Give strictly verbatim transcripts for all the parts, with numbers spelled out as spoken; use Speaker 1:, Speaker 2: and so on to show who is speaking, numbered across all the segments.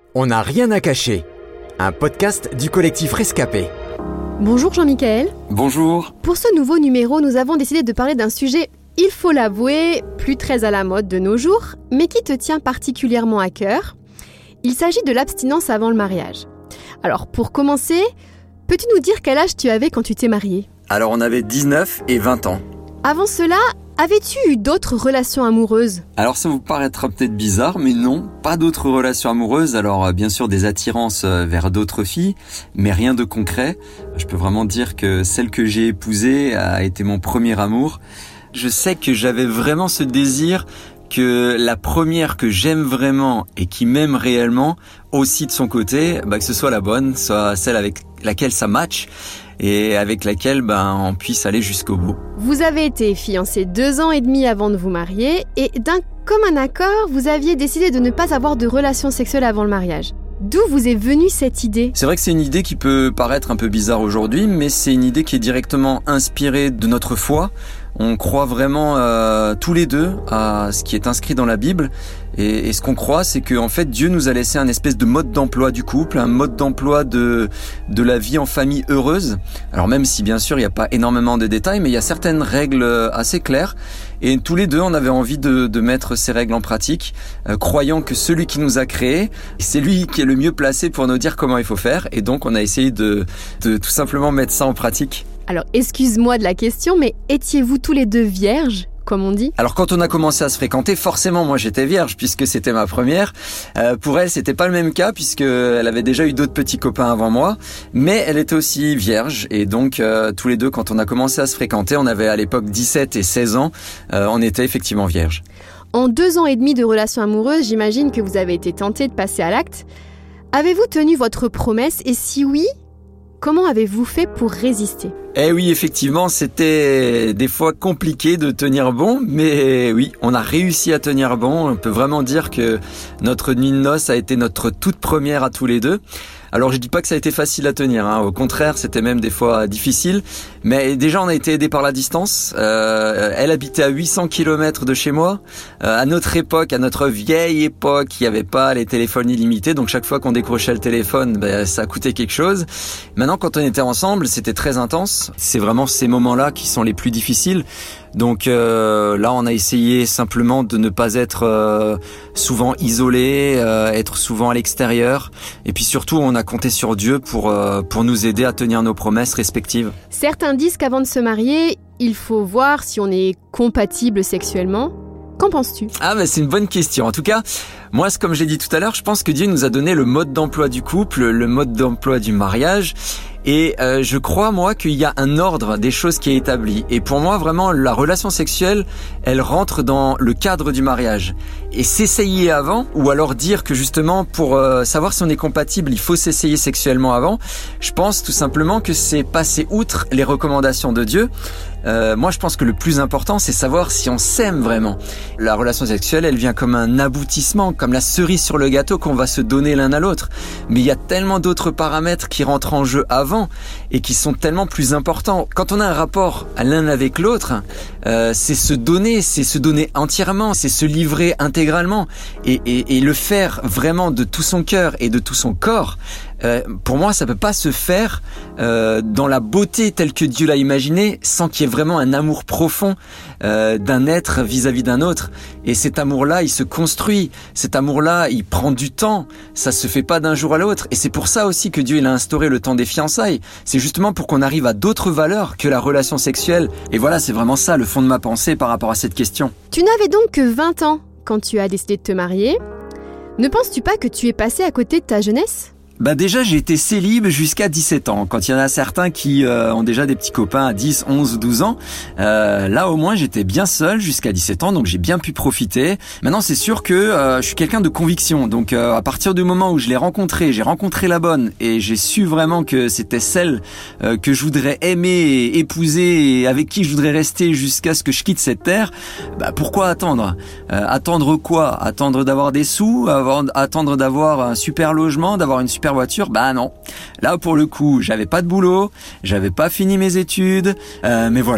Speaker 1: On n'a rien à cacher, un podcast du collectif Rescapé.
Speaker 2: Bonjour Jean-Michel.
Speaker 3: Bonjour.
Speaker 2: Pour ce nouveau numéro, nous avons décidé de parler d'un sujet, il faut l'avouer, plus très à la mode de nos jours, mais qui te tient particulièrement à cœur. Il s'agit de l'abstinence avant le mariage. Alors pour commencer, peux-tu nous dire quel âge tu avais quand tu t'es marié ?
Speaker 3: Alors on avait dix-neuf et vingt ans.
Speaker 2: Avant cela, avais-tu eu d'autres relations amoureuses ?
Speaker 3: Alors ça vous paraîtra peut-être bizarre, mais non, pas d'autres relations amoureuses. Alors bien sûr des attirances vers d'autres filles, mais rien de concret. Je peux vraiment dire que celle que j'ai épousée a été mon premier amour. Je sais que j'avais vraiment ce désir que la première que j'aime vraiment et qui m'aime réellement, aussi de son côté, bah, que ce soit la bonne, soit celle avec laquelle ça match et avec laquelle bah, on puisse aller jusqu'au bout.
Speaker 2: Vous avez été fiancés deux ans et demi avant de vous marier et d'un commun accord, vous aviez décidé de ne pas avoir de relations sexuelles avant le mariage. D'où vous est venue cette idée ?
Speaker 3: C'est vrai que c'est une idée qui peut paraître un peu bizarre aujourd'hui, mais c'est une idée qui est directement inspirée de notre foi. On croit vraiment euh, tous les deux à ce qui est inscrit dans la Bible. Et, et ce qu'on croit, c'est que en fait, Dieu nous a laissé un espèce de mode d'emploi du couple, un mode d'emploi de de la vie en famille heureuse. Alors même si bien sûr il n'y a pas énormément de détails, mais il y a certaines règles assez claires. Et tous les deux, on avait envie de, de mettre ces règles en pratique, euh, croyant que celui qui nous a créés, c'est lui qui est le mieux placé pour nous dire comment il faut faire. Et donc, on a essayé de, de tout simplement mettre ça en pratique.
Speaker 2: Alors, excuse-moi de la question, mais étiez-vous tous les deux vierges, comme on dit ?
Speaker 3: Alors quand on a commencé à se fréquenter, forcément moi j'étais vierge puisque c'était ma première. Euh, pour elle c'était pas le même cas puisque elle avait déjà eu d'autres petits copains avant moi, mais elle était aussi vierge et donc euh, tous les deux quand on a commencé à se fréquenter, on avait à l'époque dix-sept et seize ans, euh, on était effectivement vierges.
Speaker 2: En deux ans et demi de relation amoureuse, j'imagine que vous avez été tenté de passer à l'acte. Avez-vous tenu votre promesse et si oui, comment avez-vous fait pour résister ?
Speaker 3: Eh oui, effectivement, c'était des fois compliqué de tenir bon, mais oui, on a réussi à tenir bon. On peut vraiment dire que notre nuit de noces a été notre toute première à tous les deux. Alors je dis pas que ça a été facile à tenir, hein. Au contraire, c'était même des fois difficile. Mais déjà, on a été aidés par la distance. Euh, elle habitait à huit cents kilomètres de chez moi. Euh, à notre époque, à notre vieille époque, il n'y avait pas les téléphones illimités. Donc chaque fois qu'on décrochait le téléphone, ben, ça coûtait quelque chose. Maintenant, quand on était ensemble, c'était très intense. C'est vraiment ces moments-là qui sont les plus difficiles. Donc euh, là, on a essayé simplement de ne pas être euh, souvent isolé, euh, être souvent à l'extérieur. Et puis surtout, on a compté sur Dieu pour, euh, pour nous aider à tenir nos promesses respectives.
Speaker 2: Certains disent qu'avant de se marier, il faut voir si on est compatible sexuellement. Qu'en penses-tu ?
Speaker 3: Ah bah c'est une bonne question. En tout cas, moi, comme j'ai dit tout à l'heure, je pense que Dieu nous a donné le mode d'emploi du couple, le mode d'emploi du mariage. Et euh, je crois, moi, qu'il y a un ordre des choses qui est établi. Et pour moi, vraiment, la relation sexuelle, elle rentre dans le cadre du mariage. Et s'essayer avant, ou alors dire que justement, pour euh, savoir si on est compatible, il faut s'essayer sexuellement avant, je pense tout simplement que c'est passer outre les recommandations de Dieu. Euh, moi, je pense que le plus important, c'est savoir si on s'aime vraiment. La relation sexuelle, elle vient comme un aboutissement, comme la cerise sur le gâteau qu'on va se donner l'un à l'autre. Mais il y a tellement d'autres paramètres qui rentrent en jeu avant et qui sont tellement plus importants. Quand on a un rapport à l'un avec l'autre, euh, c'est se donner, c'est se donner entièrement, c'est se livrer intégralement et, et, et le faire vraiment de tout son cœur et de tout son corps. Euh, pour moi, ça peut pas se faire euh, dans la beauté telle que Dieu l'a imaginée, sans qu'il y ait vraiment un amour profond euh, d'un être vis-à-vis d'un autre. Et cet amour-là, il se construit. Cet amour-là, il prend du temps. Ça se fait pas d'un jour à l'autre. Et c'est pour ça aussi que Dieu il a instauré le temps des fiançailles. C'est justement pour qu'on arrive à d'autres valeurs que la relation sexuelle. Et voilà, c'est vraiment ça le fond de ma pensée par rapport à cette question.
Speaker 2: Tu n'avais donc que vingt ans quand tu as décidé de te marier. Ne penses-tu pas que tu es passé à côté de ta jeunesse ?
Speaker 3: Bah déjà j'ai été célib jusqu'à dix-sept ans. Quand il y en a certains qui euh, ont déjà des petits copains à dix, onze ou douze ans, euh, là au moins j'étais bien seul jusqu'à dix-sept ans, donc j'ai bien pu profiter. Maintenant c'est sûr que euh, je suis quelqu'un de conviction, donc euh, à partir du moment où je l'ai rencontrée, j'ai rencontré la bonne et j'ai su vraiment que c'était celle euh, que je voudrais aimer, épouser et avec qui je voudrais rester jusqu'à ce que je quitte cette terre, bah pourquoi attendre ? euh, Attendre quoi ? Attendre d'avoir des sous, avoir, attendre d'avoir un super logement, d'avoir une super voiture, bah non. Là pour le coup, j'avais pas de boulot, j'avais pas fini mes études, euh, mais voilà.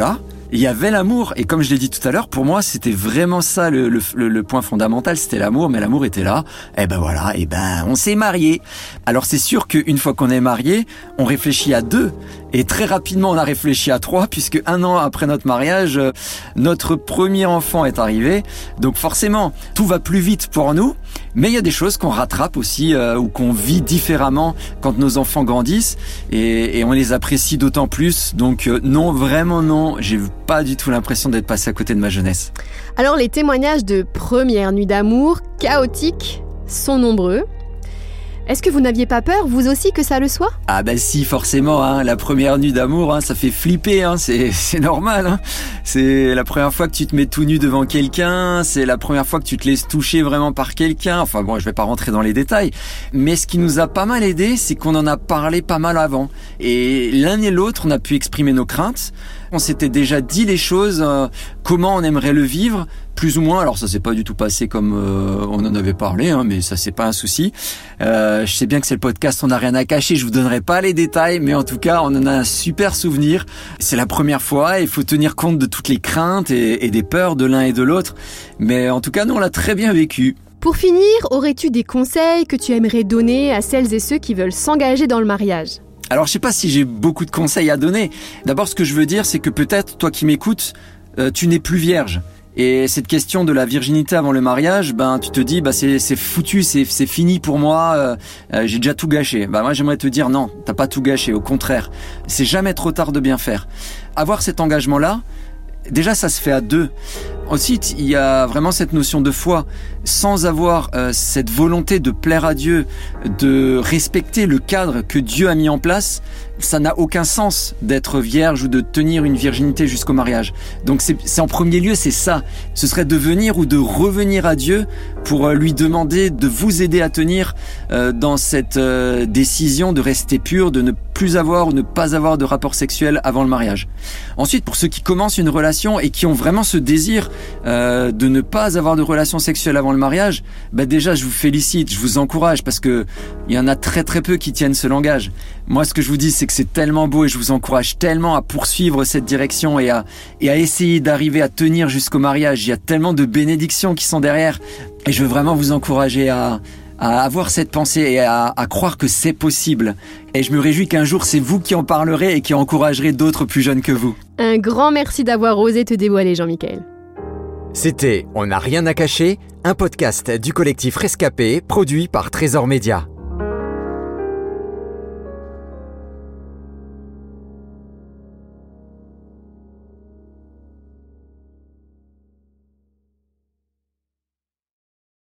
Speaker 3: il y avait l'amour. Et comme je l'ai dit tout à l'heure, pour moi, c'était vraiment ça le, le, le point fondamental, c'était l'amour. Mais l'amour était là. Et ben voilà, et ben on s'est mariés. Alors c'est sûr qu'une fois qu'on est mariés, on réfléchit à deux. Et très rapidement, on a réfléchi à trois, puisque un an après notre mariage, notre premier enfant est arrivé. Donc forcément, tout va plus vite pour nous. Mais il y a des choses qu'on rattrape aussi, euh, ou qu'on vit différemment quand nos enfants grandissent. Et, et on les apprécie d'autant plus. Donc euh, non, vraiment non, j'ai pas du tout l'impression d'être passé à côté de ma jeunesse.
Speaker 2: Alors les témoignages de première nuit d'amour, chaotiques, sont nombreux. Est-ce que vous n'aviez pas peur, vous aussi, que ça le soit ?
Speaker 3: Ah ben si, forcément, hein, la première nuit d'amour, hein, ça fait flipper, hein, c'est, c'est normal. Hein. C'est la première fois que tu te mets tout nu devant quelqu'un, c'est la première fois que tu te laisses toucher vraiment par quelqu'un. Enfin bon, je vais pas rentrer dans les détails. Mais ce qui nous a pas mal aidé, c'est qu'on en a parlé pas mal avant. Et l'un et l'autre, on a pu exprimer nos craintes. On s'était déjà dit les choses, euh, comment on aimerait le vivre, plus ou moins. Alors ça s'est pas du tout passé comme euh, on en avait parlé, hein, mais ça c'est pas un souci. Euh, je sais bien que c'est le podcast, on n'a rien à cacher, je vous donnerai pas les détails, mais en tout cas on en a un super souvenir. C'est la première fois, il faut tenir compte de toutes les craintes et, et des peurs de l'un et de l'autre. Mais en tout cas, nous on l'a très bien vécu.
Speaker 2: Pour finir, aurais-tu des conseils que tu aimerais donner à celles et ceux qui veulent s'engager dans le mariage ?
Speaker 3: Alors je sais pas si j'ai beaucoup de conseils à donner. D'abord ce que je veux dire c'est que peut-être toi qui m'écoutes, euh, tu n'es plus vierge. Et cette question de la virginité avant le mariage, ben tu te dis bah c'est c'est foutu, c'est c'est fini pour moi, euh, euh, j'ai déjà tout gâché. Bah moi j'aimerais te dire non, t'as pas tout gâché, au contraire. C'est jamais trop tard de bien faire. Avoir cet engagement-là, déjà ça se fait à deux. Ensuite, il y a vraiment cette notion de foi. Sans avoir euh, cette volonté de plaire à Dieu, de respecter le cadre que Dieu a mis en place, ça n'a aucun sens d'être vierge ou de tenir une virginité jusqu'au mariage. Donc c'est, c'est en premier lieu, c'est ça. Ce serait de venir ou de revenir à Dieu pour euh, lui demander de vous aider à tenir euh, dans cette euh, décision de rester pur, de ne plus avoir ou ne pas avoir de rapport sexuel avant le mariage. Ensuite, pour ceux qui commencent une relation et qui ont vraiment ce désir Euh, de ne pas avoir de relation sexuelle avant le mariage, bah déjà je vous félicite, je vous encourage parce que il y en a très très peu qui tiennent ce langage. Moi ce que je vous dis c'est que c'est tellement beau et je vous encourage tellement à poursuivre cette direction et à, et à essayer d'arriver à tenir jusqu'au mariage. Il y a tellement de bénédictions qui sont derrière et je veux vraiment vous encourager à, à avoir cette pensée et à, à croire que c'est possible. Et je me réjouis qu'un jour c'est vous qui en parlerez et qui encouragerez d'autres plus jeunes que vous.
Speaker 2: Un grand merci d'avoir osé te dévoiler, Jean-Michel.
Speaker 1: C'était On n'a rien à cacher, un podcast du collectif Rescapé, produit par Trésor Média.